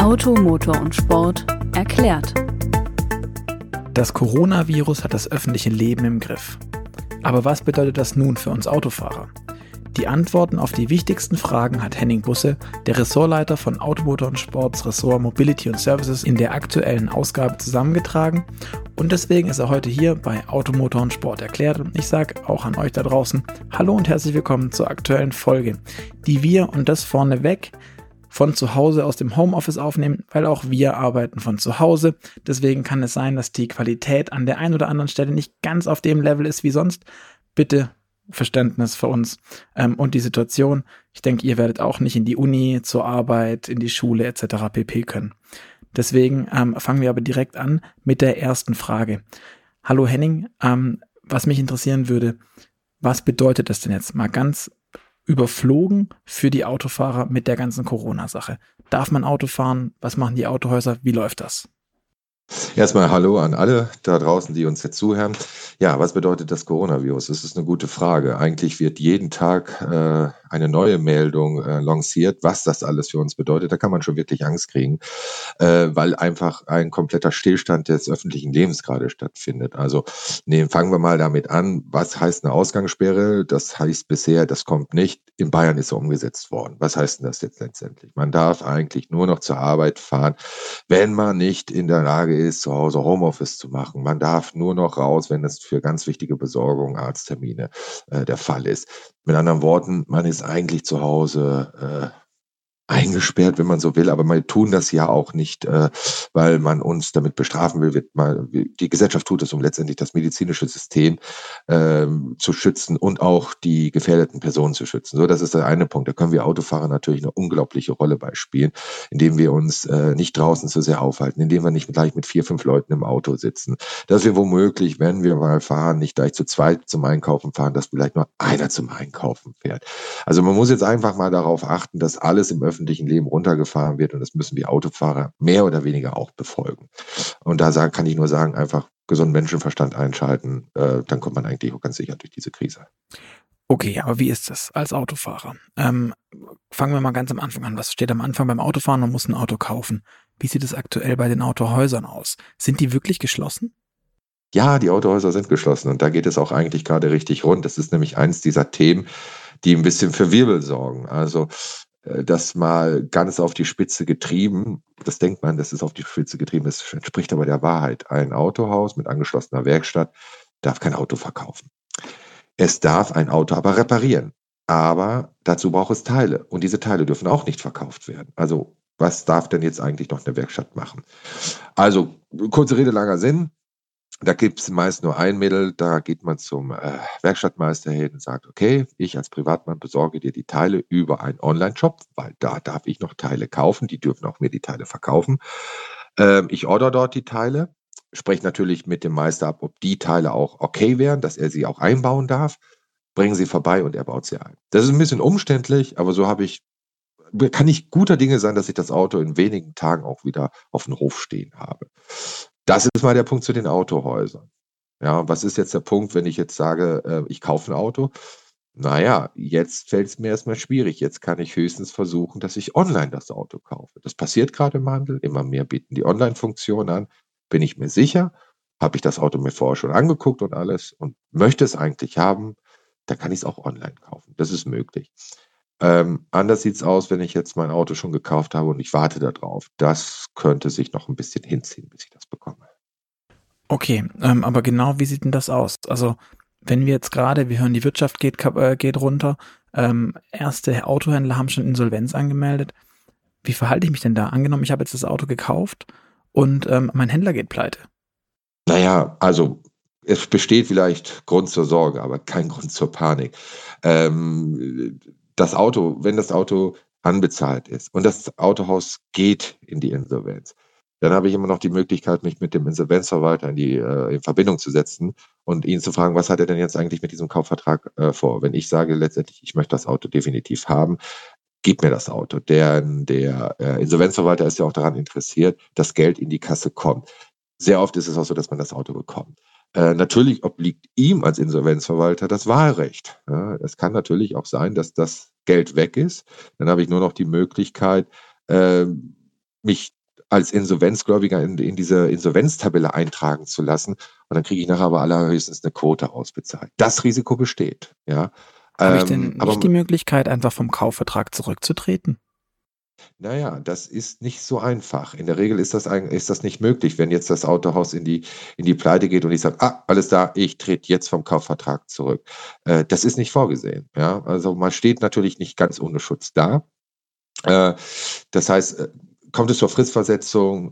Auto, Motor und Sport erklärt. Das Coronavirus hat das öffentliche Leben im Griff. Aber was bedeutet das nun für uns Autofahrer? Die Antworten auf die wichtigsten Fragen hat Henning Busse, der Ressortleiter von Auto, Motor und Sports Ressort Mobility und Services, in der aktuellen Ausgabe zusammengetragen. Und deswegen ist er heute hier bei Auto, Motor und Sport erklärt. Und ich sage auch an euch da draußen, hallo und herzlich willkommen zur aktuellen Folge, die wir, und das vorneweg, von zu Hause aus dem Homeoffice aufnehmen, weil auch wir arbeiten von zu Hause. Deswegen kann es sein, dass die Qualität an der einen oder anderen Stelle nicht ganz auf dem Level ist wie sonst. Bitte Verständnis für uns und die Situation. Ich denke, ihr werdet auch nicht in die Uni, zur Arbeit, in die Schule etc. pp. Können. Deswegen fangen wir aber direkt an mit der ersten Frage. Hallo Henning, was mich interessieren würde, was bedeutet das denn jetzt mal ganz überflogen für die Autofahrer mit der ganzen Corona-Sache? Darf man Auto fahren? Was machen die Autohäuser? Wie läuft das? Erstmal Hallo an alle da draußen, die uns jetzt zuhören. Ja, was bedeutet das Coronavirus? Das ist eine gute Frage. Eigentlich wird jeden Tag eine neue Meldung lanciert, was das alles für uns bedeutet. Da kann man schon wirklich Angst kriegen, weil einfach ein kompletter Stillstand des öffentlichen Lebens gerade stattfindet. Also fangen wir mal damit an. Was heißt eine Ausgangssperre? Das heißt bisher, das kommt nicht. In Bayern ist er umgesetzt worden. Was heißt denn das jetzt letztendlich? Man darf eigentlich nur noch zur Arbeit fahren, wenn man nicht in der Lage ist, zu Hause Homeoffice zu machen. Man darf nur noch raus, wenn es für ganz wichtige Besorgungen, Arzttermine der Fall ist. Mit anderen Worten, man ist eigentlich zu Hause eingesperrt, wenn man so will, aber wir tun das ja auch nicht, weil man uns damit bestrafen will. Die Gesellschaft tut es, um letztendlich das medizinische System zu schützen und auch die gefährdeten Personen zu schützen. So, das ist der eine Punkt. Da können wir Autofahrer natürlich eine unglaubliche Rolle beispielen, indem wir uns nicht draußen zu sehr aufhalten, indem wir nicht gleich mit 4, 5 Leuten im Auto sitzen, dass wir womöglich, wenn wir mal fahren, nicht gleich zu zweit zum Einkaufen fahren, dass vielleicht nur einer zum Einkaufen fährt. Also man muss jetzt einfach mal darauf achten, dass alles im öffentlichen Leben runtergefahren wird, und das müssen die Autofahrer mehr oder weniger auch befolgen. Und da kann ich nur sagen, einfach gesunden Menschenverstand einschalten, dann kommt man eigentlich auch ganz sicher durch diese Krise. Okay, aber wie ist das als Autofahrer? Fangen wir mal ganz am Anfang an. Was steht am Anfang beim Autofahren? Man muss ein Auto kaufen. Wie sieht es aktuell bei den Autohäusern aus? Sind die wirklich geschlossen? Ja, die Autohäuser sind geschlossen, und da geht es auch eigentlich gerade richtig rund. Das ist nämlich eins dieser Themen, die ein bisschen für Wirbel sorgen. Also das mal ganz auf die Spitze getrieben, das denkt man, das ist auf die Spitze getrieben, das entspricht aber der Wahrheit. Ein Autohaus mit angeschlossener Werkstatt darf kein Auto verkaufen. Es darf ein Auto aber reparieren, aber dazu braucht es Teile, und diese Teile dürfen auch nicht verkauft werden. Also was darf denn jetzt eigentlich noch eine Werkstatt machen? Also kurze Rede, langer Sinn. Da gibt es meist nur ein Mittel, da geht man zum Werkstattmeister hin und sagt, okay, ich als Privatmann besorge dir die Teile über einen Online-Shop, weil da darf ich noch Teile kaufen, die dürfen auch mir die Teile verkaufen. Ich order dort die Teile, spreche natürlich mit dem Meister ab, ob die Teile auch okay wären, dass er sie auch einbauen darf, bringen sie vorbei und er baut sie ein. Das ist ein bisschen umständlich, aber so kann ich guter Dinge sein, dass ich das Auto in wenigen Tagen auch wieder auf dem Hof stehen habe. Das ist mal der Punkt zu den Autohäusern. Ja, was ist jetzt der Punkt, wenn ich jetzt sage, ich kaufe ein Auto? Naja, jetzt fällt es mir erstmal schwierig. Jetzt kann ich höchstens versuchen, dass ich online das Auto kaufe. Das passiert gerade im Handel. Immer mehr bieten die Online-Funktion an. Bin ich mir sicher? Habe ich das Auto mir vorher schon angeguckt und alles und möchte es eigentlich haben, dann kann ich es auch online kaufen. Das ist möglich. Anders sieht es aus, wenn ich jetzt mein Auto schon gekauft habe und ich warte da drauf. Das könnte sich noch ein bisschen hinziehen, bis ich das bekomme. Okay, aber genau wie sieht denn das aus? Also wenn wir jetzt gerade, wir hören, die Wirtschaft geht runter, erste Autohändler haben schon Insolvenz angemeldet. Wie verhalte ich mich denn da? Angenommen, ich habe jetzt das Auto gekauft und mein Händler geht pleite. Naja, also es besteht vielleicht Grund zur Sorge, aber kein Grund zur Panik. Wenn das Auto anbezahlt ist und das Autohaus geht in die Insolvenz, dann habe ich immer noch die Möglichkeit, mich mit dem Insolvenzverwalter in Verbindung zu setzen und ihn zu fragen, was hat er denn jetzt eigentlich mit diesem Kaufvertrag vor? Wenn ich sage letztendlich, ich möchte das Auto definitiv haben, gib mir das Auto. Der Insolvenzverwalter ist ja auch daran interessiert, dass Geld in die Kasse kommt. Sehr oft ist es auch so, dass man das Auto bekommt. Natürlich obliegt ihm als Insolvenzverwalter das Wahlrecht. Ja, es kann natürlich auch sein, dass das Geld weg ist. Dann habe ich nur noch die Möglichkeit, mich als Insolvenzgläubiger in diese Insolvenztabelle eintragen zu lassen und dann kriege ich nachher aber allerhöchstens eine Quote ausbezahlt. Das Risiko besteht, ja. Habe ich denn Aber nicht die Möglichkeit, einfach vom Kaufvertrag zurückzutreten? naja, das ist nicht so einfach. In der Regel ist das nicht möglich, wenn jetzt das Autohaus in die Pleite geht und ich sage, alles da, ich trete jetzt vom Kaufvertrag zurück. Das ist nicht vorgesehen. Ja? Also man steht natürlich nicht ganz ohne Schutz da. Das heißt, kommt es zur Fristversetzung,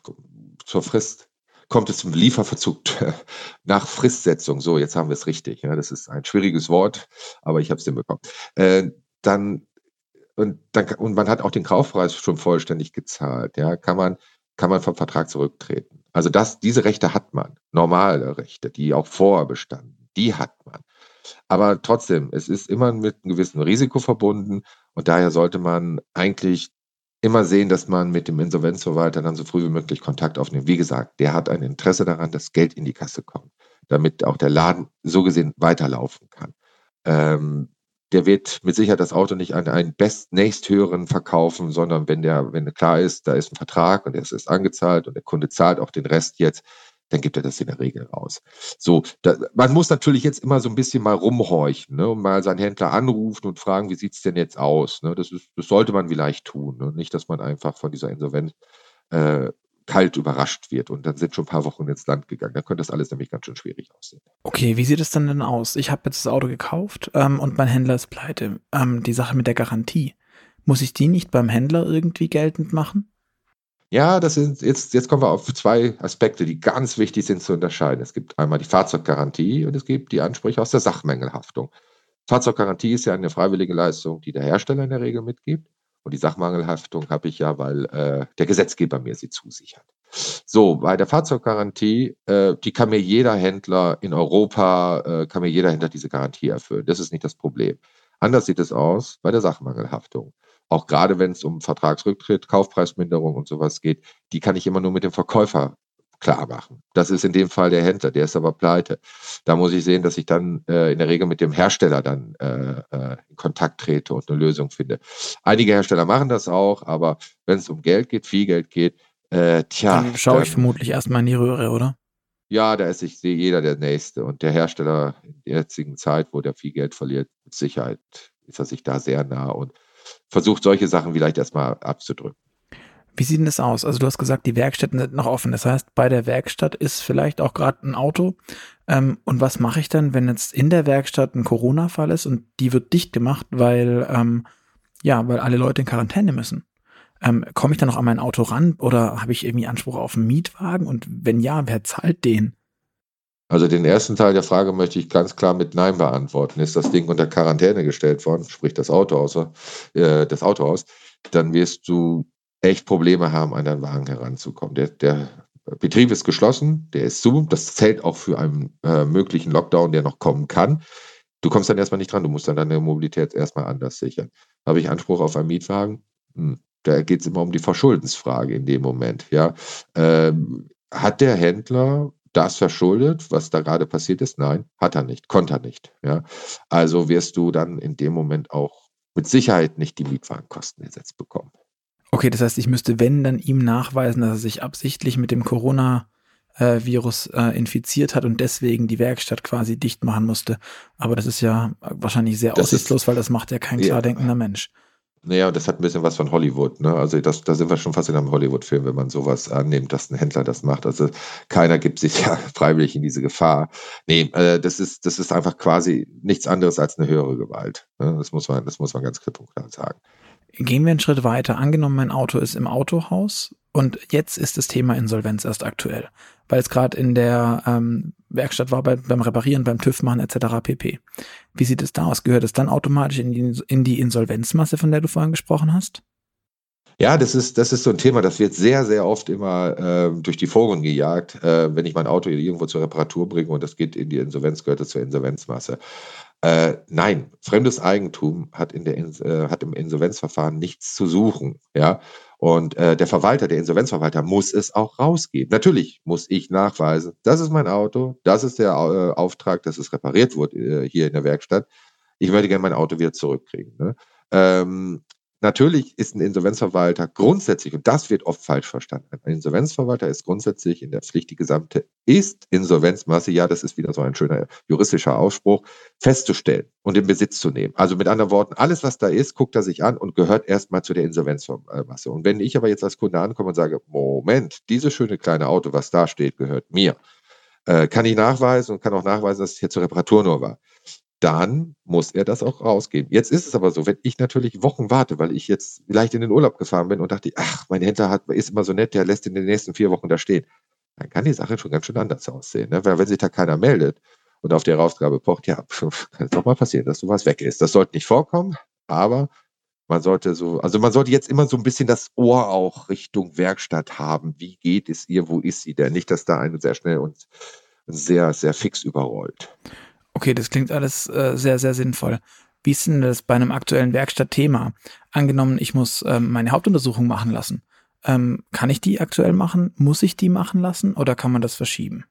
kommt es zum Lieferverzug nach Fristsetzung. So, jetzt haben wir es richtig. Ja? Das ist ein schwieriges Wort, aber ich habe es hinbekommen. Dann und man hat auch den Kaufpreis schon vollständig gezahlt, ja, kann man vom Vertrag zurücktreten. Also diese Rechte hat man, normale Rechte, die auch vorher bestanden, die hat man. Aber trotzdem, es ist immer mit einem gewissen Risiko verbunden und daher sollte man eigentlich immer sehen, dass man mit dem Insolvenzverwalter dann so früh wie möglich Kontakt aufnimmt. Wie gesagt, der hat ein Interesse daran, dass Geld in die Kasse kommt, damit auch der Laden so gesehen weiterlaufen kann. Der wird mit Sicherheit das Auto nicht an einen nächsthöheren verkaufen, sondern wenn klar ist, da ist ein Vertrag und es ist angezahlt und der Kunde zahlt auch den Rest jetzt, dann gibt er das in der Regel raus. So, man muss natürlich jetzt immer so ein bisschen mal rumhorchen, ne, und mal seinen Händler anrufen und fragen, wie sieht's denn jetzt aus? Ne? Das sollte man vielleicht tun, ne? Nicht, dass man einfach von dieser Insolvenz kalt überrascht wird und dann sind schon ein paar Wochen ins Land gegangen. Da könnte das alles nämlich ganz schön schwierig aussehen. Okay, wie sieht es dann denn aus? Ich habe jetzt das Auto gekauft und mein Händler ist pleite. Die Sache mit der Garantie, muss ich die nicht beim Händler irgendwie geltend machen? Ja, jetzt kommen wir auf 2 Aspekte, die ganz wichtig sind zu unterscheiden. Es gibt einmal die Fahrzeuggarantie und es gibt die Ansprüche aus der Sachmängelhaftung. Fahrzeuggarantie ist ja eine freiwillige Leistung, die der Hersteller in der Regel mitgibt. Und die Sachmangelhaftung habe ich ja, weil der Gesetzgeber mir sie zusichert. So, bei der Fahrzeuggarantie, die kann mir jeder Händler in Europa, kann mir jeder Händler diese Garantie erfüllen. Das ist nicht das Problem. Anders sieht es aus bei der Sachmangelhaftung. Auch gerade wenn es um Vertragsrücktritt, Kaufpreisminderung und sowas geht, die kann ich immer nur mit dem Verkäufer klar machen. Das ist in dem Fall der Händler, der ist aber pleite. Da muss ich sehen, dass ich dann in der Regel mit dem Hersteller dann in Kontakt trete und eine Lösung finde. Einige Hersteller machen das auch, aber wenn es um Geld geht, viel Geld geht, dann schaue ich vermutlich erstmal in die Röhre, oder? Ja, da ist sich jeder der Nächste. Und der Hersteller in der jetzigen Zeit, wo der viel Geld verliert, mit Sicherheit ist er sich da sehr nah und versucht solche Sachen vielleicht erstmal abzudrücken. Wie sieht denn das aus? Also du hast gesagt, die Werkstätten sind noch offen. Das heißt, bei der Werkstatt ist vielleicht auch gerade ein Auto. Und was mache ich dann, wenn jetzt in der Werkstatt ein Corona-Fall ist und die wird dicht gemacht, weil alle Leute in Quarantäne müssen? Komme ich dann noch an mein Auto ran oder habe ich irgendwie Anspruch auf einen Mietwagen? Und wenn ja, wer zahlt den? Also den ersten Teil der Frage möchte ich ganz klar mit Nein beantworten. Ist das Ding unter Quarantäne gestellt worden, sprich das Autohaus, dann wirst du echt Probleme haben, an deinen Wagen heranzukommen. Der Betrieb ist geschlossen, der ist zu. Das zählt auch für einen möglichen Lockdown, der noch kommen kann. Du kommst dann erstmal nicht dran, du musst dann deine Mobilität erstmal anders sichern. Habe ich Anspruch auf einen Mietwagen? Da geht es immer um die Verschuldensfrage in dem Moment. Ja? Hat der Händler das verschuldet, was da gerade passiert ist? Nein, hat er nicht, konnte er nicht. Ja? Also wirst du dann in dem Moment auch mit Sicherheit nicht die Mietwagenkosten ersetzt bekommen. Okay, das heißt, ich müsste, wenn, dann ihm nachweisen, dass er sich absichtlich mit dem Corona-Virus infiziert hat und deswegen die Werkstatt quasi dicht machen musste. Aber das ist ja wahrscheinlich sehr aussichtslos, weil das macht ja kein klar denkender Mensch. Naja, und das hat ein bisschen was von Hollywood, ne? Also da sind wir schon fast in einem Hollywood-Film, wenn man sowas annimmt, dass ein Händler das macht. Also keiner gibt sich ja freiwillig in diese Gefahr. Nee, das ist einfach quasi nichts anderes als eine höhere Gewalt. Ne? Das muss man ganz klipp und klar sagen. Gehen wir einen Schritt weiter. Angenommen, mein Auto ist im Autohaus und jetzt ist das Thema Insolvenz erst aktuell, weil es gerade in der Werkstatt war beim Reparieren, beim TÜV machen etc. pp. Wie sieht es da aus? Gehört es dann automatisch in die Insolvenzmasse, von der du vorhin gesprochen hast? Ja, das ist so ein Thema, das wird sehr, sehr oft immer durch die Foren gejagt, wenn ich mein Auto irgendwo zur Reparatur bringe und das geht in die Insolvenz, gehört das zur Insolvenzmasse. Nein, fremdes Eigentum hat im Insolvenzverfahren nichts zu suchen, ja. Und der Insolvenzverwalter muss es auch rausgeben. Natürlich muss ich nachweisen, das ist mein Auto, das ist der Auftrag, dass es repariert wurde hier in der Werkstatt. Ich möchte gerne mein Auto wieder zurückkriegen. Ne? natürlich ist ein Insolvenzverwalter grundsätzlich, und das wird oft falsch verstanden, ein Insolvenzverwalter ist grundsätzlich in der Pflicht, die gesamte Ist-Insolvenzmasse, ja, das ist wieder so ein schöner juristischer Ausspruch, festzustellen und in Besitz zu nehmen. Also mit anderen Worten, alles, was da ist, guckt er sich an und gehört erstmal zu der Insolvenzmasse. Und wenn ich aber jetzt als Kunde ankomme und sage, Moment, dieses schöne kleine Auto, was da steht, gehört mir, kann ich nachweisen und kann auch nachweisen, dass es hier zur Reparatur nur war, dann muss er das auch rausgeben. Jetzt ist es aber so, wenn ich natürlich Wochen warte, weil ich jetzt vielleicht in den Urlaub gefahren bin und dachte, ach, mein Händler ist immer so nett, der lässt in den nächsten 4 Wochen da stehen, dann kann die Sache schon ganz schön anders aussehen. Ne? Weil wenn sich da keiner meldet und auf die Herausgabe pocht, ja, kann es doch mal passieren, dass sowas weg ist. Das sollte nicht vorkommen, aber man sollte jetzt immer so ein bisschen das Ohr auch Richtung Werkstatt haben. Wie geht es ihr? Wo ist sie denn? Nicht, dass da eine sehr schnell und sehr, sehr fix überrollt. Okay, das klingt alles sehr, sehr sinnvoll. Wie ist denn das bei einem aktuellen Werkstattthema? Angenommen, ich muss meine Hauptuntersuchung machen lassen. Kann ich die aktuell machen? Muss ich die machen lassen oder kann man das verschieben?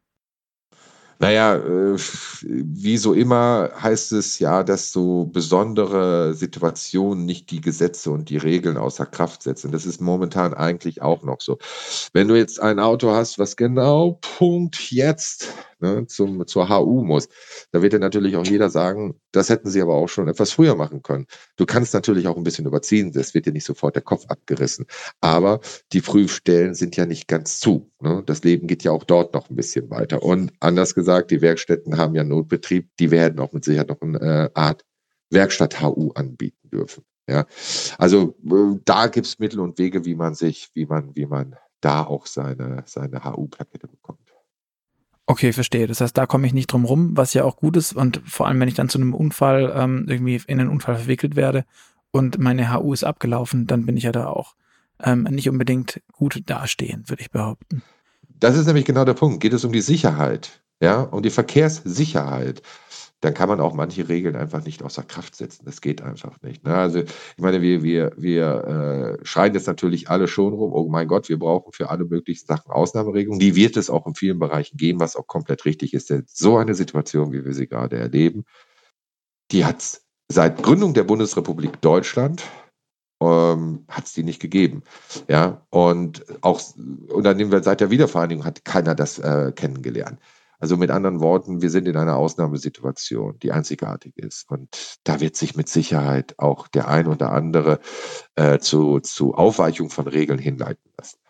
Naja, wie so immer heißt es ja, dass so besondere Situationen nicht die Gesetze und die Regeln außer Kraft setzen. Das ist momentan eigentlich auch noch so. Wenn du jetzt ein Auto hast, was genau Punkt jetzt zur HU muss, da wird ja natürlich auch jeder sagen, das hätten sie aber auch schon etwas früher machen können. Du kannst natürlich auch ein bisschen überziehen, das wird dir nicht sofort der Kopf abgerissen. Aber die Prüfstellen sind ja nicht ganz zu. Ne? Das Leben geht ja auch dort noch ein bisschen weiter. Und anders gesagt, die Werkstätten haben ja Notbetrieb, die werden auch mit Sicherheit noch eine Art Werkstatt-HU anbieten dürfen. Ja? Also da gibt es Mittel und Wege, wie man da auch seine HU-Plakette bekommt. Okay, verstehe. Das heißt, da komme ich nicht drum rum, was ja auch gut ist. Und vor allem, wenn ich dann zu einem Unfall irgendwie in einen Unfall verwickelt werde und meine HU ist abgelaufen, dann bin ich ja da auch nicht unbedingt gut dastehen, würde ich behaupten. Das ist nämlich genau der Punkt. Geht es um die Sicherheit, ja, um die Verkehrssicherheit, dann kann man auch manche Regeln einfach nicht außer Kraft setzen. Das geht einfach nicht. Ne? Also ich meine, wir schreien jetzt natürlich alle schon rum, oh mein Gott, wir brauchen für alle möglichen Sachen Ausnahmeregelungen. Die wird es auch in vielen Bereichen geben, was auch komplett richtig ist. Denn so eine Situation, wie wir sie gerade erleben, die hat es seit Gründung der Bundesrepublik Deutschland hat es die nicht gegeben. Ja, und dann nehmen wir seit der Wiedervereinigung hat keiner das kennengelernt. Also mit anderen Worten, wir sind in einer Ausnahmesituation, die einzigartig ist. Und da wird sich mit Sicherheit auch der ein oder andere zu Aufweichung von Regeln hinleiten lassen.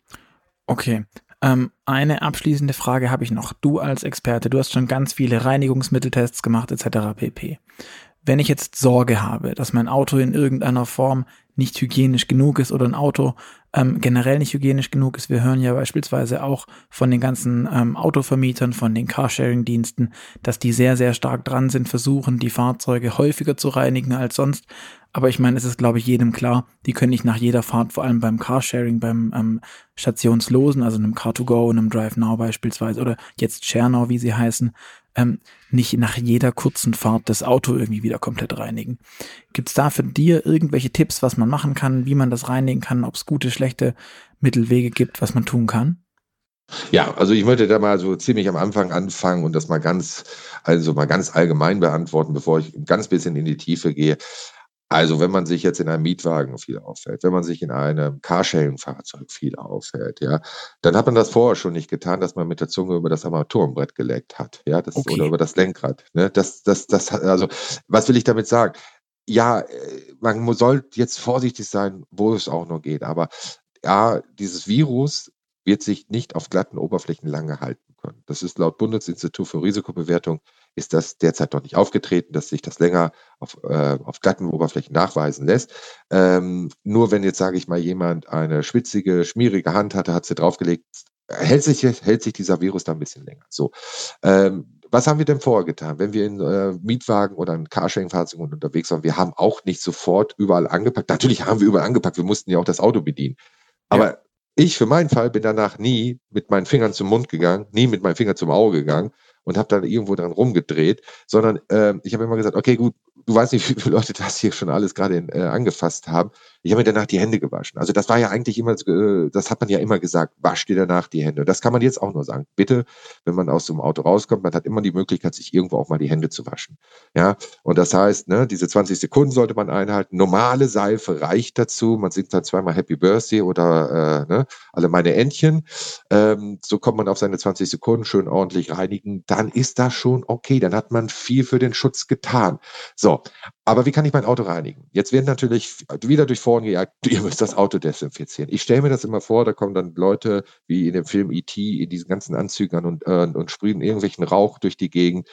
Okay. Eine abschließende Frage habe ich noch. Du als Experte, du hast schon ganz viele Reinigungsmitteltests gemacht etc. pp. Wenn ich jetzt Sorge habe, dass mein Auto in irgendeiner Form nicht hygienisch genug ist oder ein Auto generell nicht hygienisch genug ist, wir hören ja beispielsweise auch von den ganzen Autovermietern, von den Carsharing-Diensten, dass die sehr, sehr stark dran sind, versuchen, die Fahrzeuge häufiger zu reinigen als sonst. Aber ich meine, es ist, glaube ich, jedem klar, die können nicht nach jeder Fahrt, vor allem beim Carsharing, beim Stationslosen, also einem Car2Go, einem DriveNow beispielsweise oder jetzt ShareNow, wie sie heißen, nicht nach jeder kurzen Fahrt das Auto irgendwie wieder komplett reinigen. Gibt es da für dir irgendwelche Tipps, was man machen kann, wie man das reinigen kann, ob es gute, schlechte Mittelwege gibt, was man tun kann? Ja, also ich wollte da mal so ziemlich am Anfang anfangen und das mal ganz allgemein beantworten, bevor ich ein ganz bisschen in die Tiefe gehe. Also wenn man sich jetzt in einem Mietwagen viel aufhält, wenn man sich in einem Carsharing-Fahrzeug viel aufhält, ja, dann hat man das vorher schon nicht getan, dass man mit der Zunge über das Armaturenbrett geleckt hat, ja, Okay. oder über das Lenkrad. Ne? Also was will ich damit sagen? Ja, man soll jetzt vorsichtig sein, wo es auch nur geht, aber ja, dieses Virus wird sich nicht auf glatten Oberflächen lange halten können. Das ist laut Bundesinstitut für Risikobewertung ist das derzeit noch nicht aufgetreten, dass sich das länger auf glatten Oberflächen nachweisen lässt. Nur wenn jetzt, sage ich mal, jemand eine schwitzige, schmierige Hand hatte, hat sie draufgelegt, hält sich dieser Virus da ein bisschen länger. So, was haben wir denn vorher getan? Wenn wir in Mietwagen oder in Carsharing-Fahrzeugen unterwegs waren, wir haben auch nicht sofort überall angepackt. Natürlich haben wir überall angepackt, wir mussten ja auch das Auto bedienen. Aber ich für meinen Fall bin danach nie mit meinen Fingern zum Mund gegangen, nie mit meinen Fingern zum Auge gegangen und habe dann irgendwo dran rumgedreht, sondern ich habe immer gesagt, okay, gut, du weißt nicht, wie viele Leute das hier schon alles gerade angefasst haben. Ich habe mir danach die Hände gewaschen. Also das war ja eigentlich immer, das hat man ja immer gesagt, wasch dir danach die Hände. Und das kann man jetzt auch nur sagen. Bitte, wenn man aus dem Auto rauskommt, man hat immer die Möglichkeit, sich irgendwo auch mal die Hände zu waschen. Ja, und das heißt, ne, diese 20 Sekunden sollte man einhalten. Normale Seife reicht dazu. Man singt dann zweimal Happy Birthday oder alle meine Entchen. So kommt man auf seine 20 Sekunden, schön ordentlich reinigen. Dann ist das schon okay. Dann hat man viel für den Schutz getan. So, aber wie kann ich mein Auto reinigen? Jetzt werden natürlich wieder durch Foren gejagt, ihr müsst das Auto desinfizieren. Ich stelle mir das immer vor, da kommen dann Leute wie in dem Film E.T. in diesen ganzen Anzügen und sprühen irgendwelchen Rauch durch die Gegend.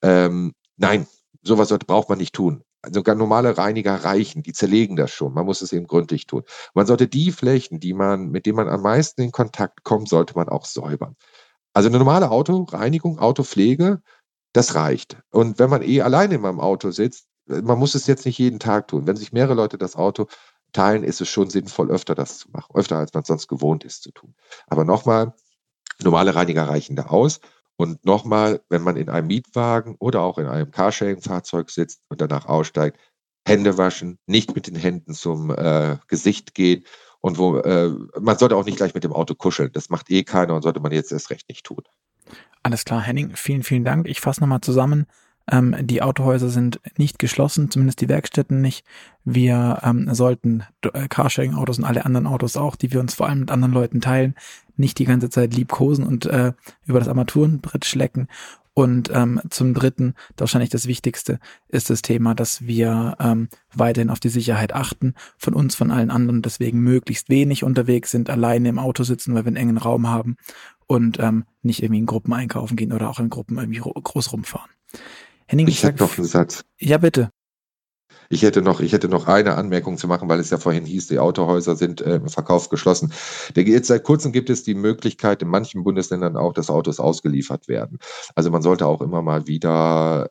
Nein, sowas braucht man nicht tun. Also normale Reiniger reichen, die zerlegen das schon. Man muss es eben gründlich tun. Man sollte die Flächen, mit denen man am meisten in Kontakt kommt, sollte man auch säubern. Also eine normale Autoreinigung, Autopflege, das reicht. Und wenn man alleine in meinem Auto sitzt, man muss es jetzt nicht jeden Tag tun. Wenn sich mehrere Leute das Auto teilen, ist es schon sinnvoll, öfter das zu machen. Öfter, als man es sonst gewohnt ist zu tun. Aber nochmal, normale Reiniger reichen da aus. Und nochmal, wenn man in einem Mietwagen oder auch in einem Carsharing-Fahrzeug sitzt und danach aussteigt, Hände waschen, nicht mit den Händen zum Gesicht gehen und man sollte auch nicht gleich mit dem Auto kuscheln. Das macht keiner und sollte man jetzt erst recht nicht tun. Alles klar, Henning, vielen, vielen Dank. Ich fasse nochmal zusammen. Die Autohäuser sind nicht geschlossen, zumindest die Werkstätten nicht. Wir sollten Carsharing-Autos und alle anderen Autos auch, die wir uns vor allem mit anderen Leuten teilen, nicht die ganze Zeit liebkosen und über das Armaturenbrett schlecken. Und zum Dritten, wahrscheinlich das Wichtigste, ist das Thema, dass wir weiterhin auf die Sicherheit achten, von uns, von allen anderen, deswegen möglichst wenig unterwegs sind, alleine im Auto sitzen, weil wir einen engen Raum haben und nicht irgendwie in Gruppen einkaufen gehen oder auch in Gruppen irgendwie groß rumfahren. Henning, ich hätte noch einen Satz. Ja, bitte. Ich hätte noch eine Anmerkung zu machen, weil es ja vorhin hieß, die Autohäuser sind im Verkauf geschlossen. Jetzt seit kurzem gibt es die Möglichkeit, in manchen Bundesländern auch, dass Autos ausgeliefert werden. Also man sollte auch immer mal wieder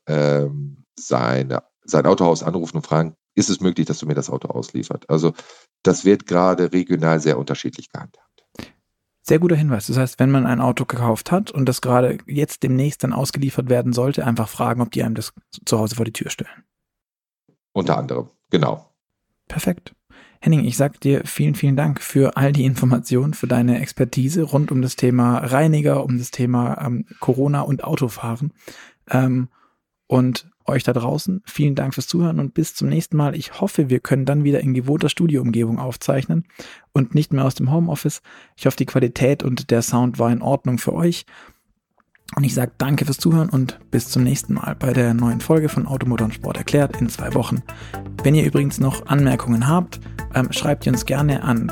sein Autohaus anrufen und fragen, ist es möglich, dass du mir das Auto ausliefert? Also das wird gerade regional sehr unterschiedlich gehandhabt. Sehr guter Hinweis. Das heißt, wenn man ein Auto gekauft hat und das gerade jetzt demnächst dann ausgeliefert werden sollte, einfach fragen, ob die einem das zu Hause vor die Tür stellen. Unter anderem, genau. Perfekt. Henning, ich sag dir vielen, vielen Dank für all die Informationen, für deine Expertise rund um das Thema Reiniger, um das Thema Corona und Autofahren. Und euch da draußen, vielen Dank fürs Zuhören und bis zum nächsten Mal. Ich hoffe, wir können dann wieder in gewohnter Studioumgebung aufzeichnen und nicht mehr aus dem Homeoffice. Ich hoffe, die Qualität und der Sound war in Ordnung für euch. Und ich sage danke fürs Zuhören und bis zum nächsten Mal bei der neuen Folge von Auto, Motor und Sport erklärt in 2 Wochen. Wenn ihr übrigens noch Anmerkungen habt, schreibt ihr uns gerne an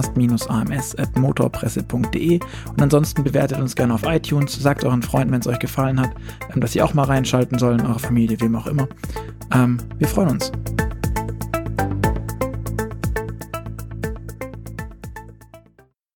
podcast-ams@motorpresse.de und ansonsten bewertet uns gerne auf iTunes, sagt euren Freunden, wenn es euch gefallen hat, dass sie auch mal reinschalten sollen, eure Familie, wem auch immer. Wir freuen uns.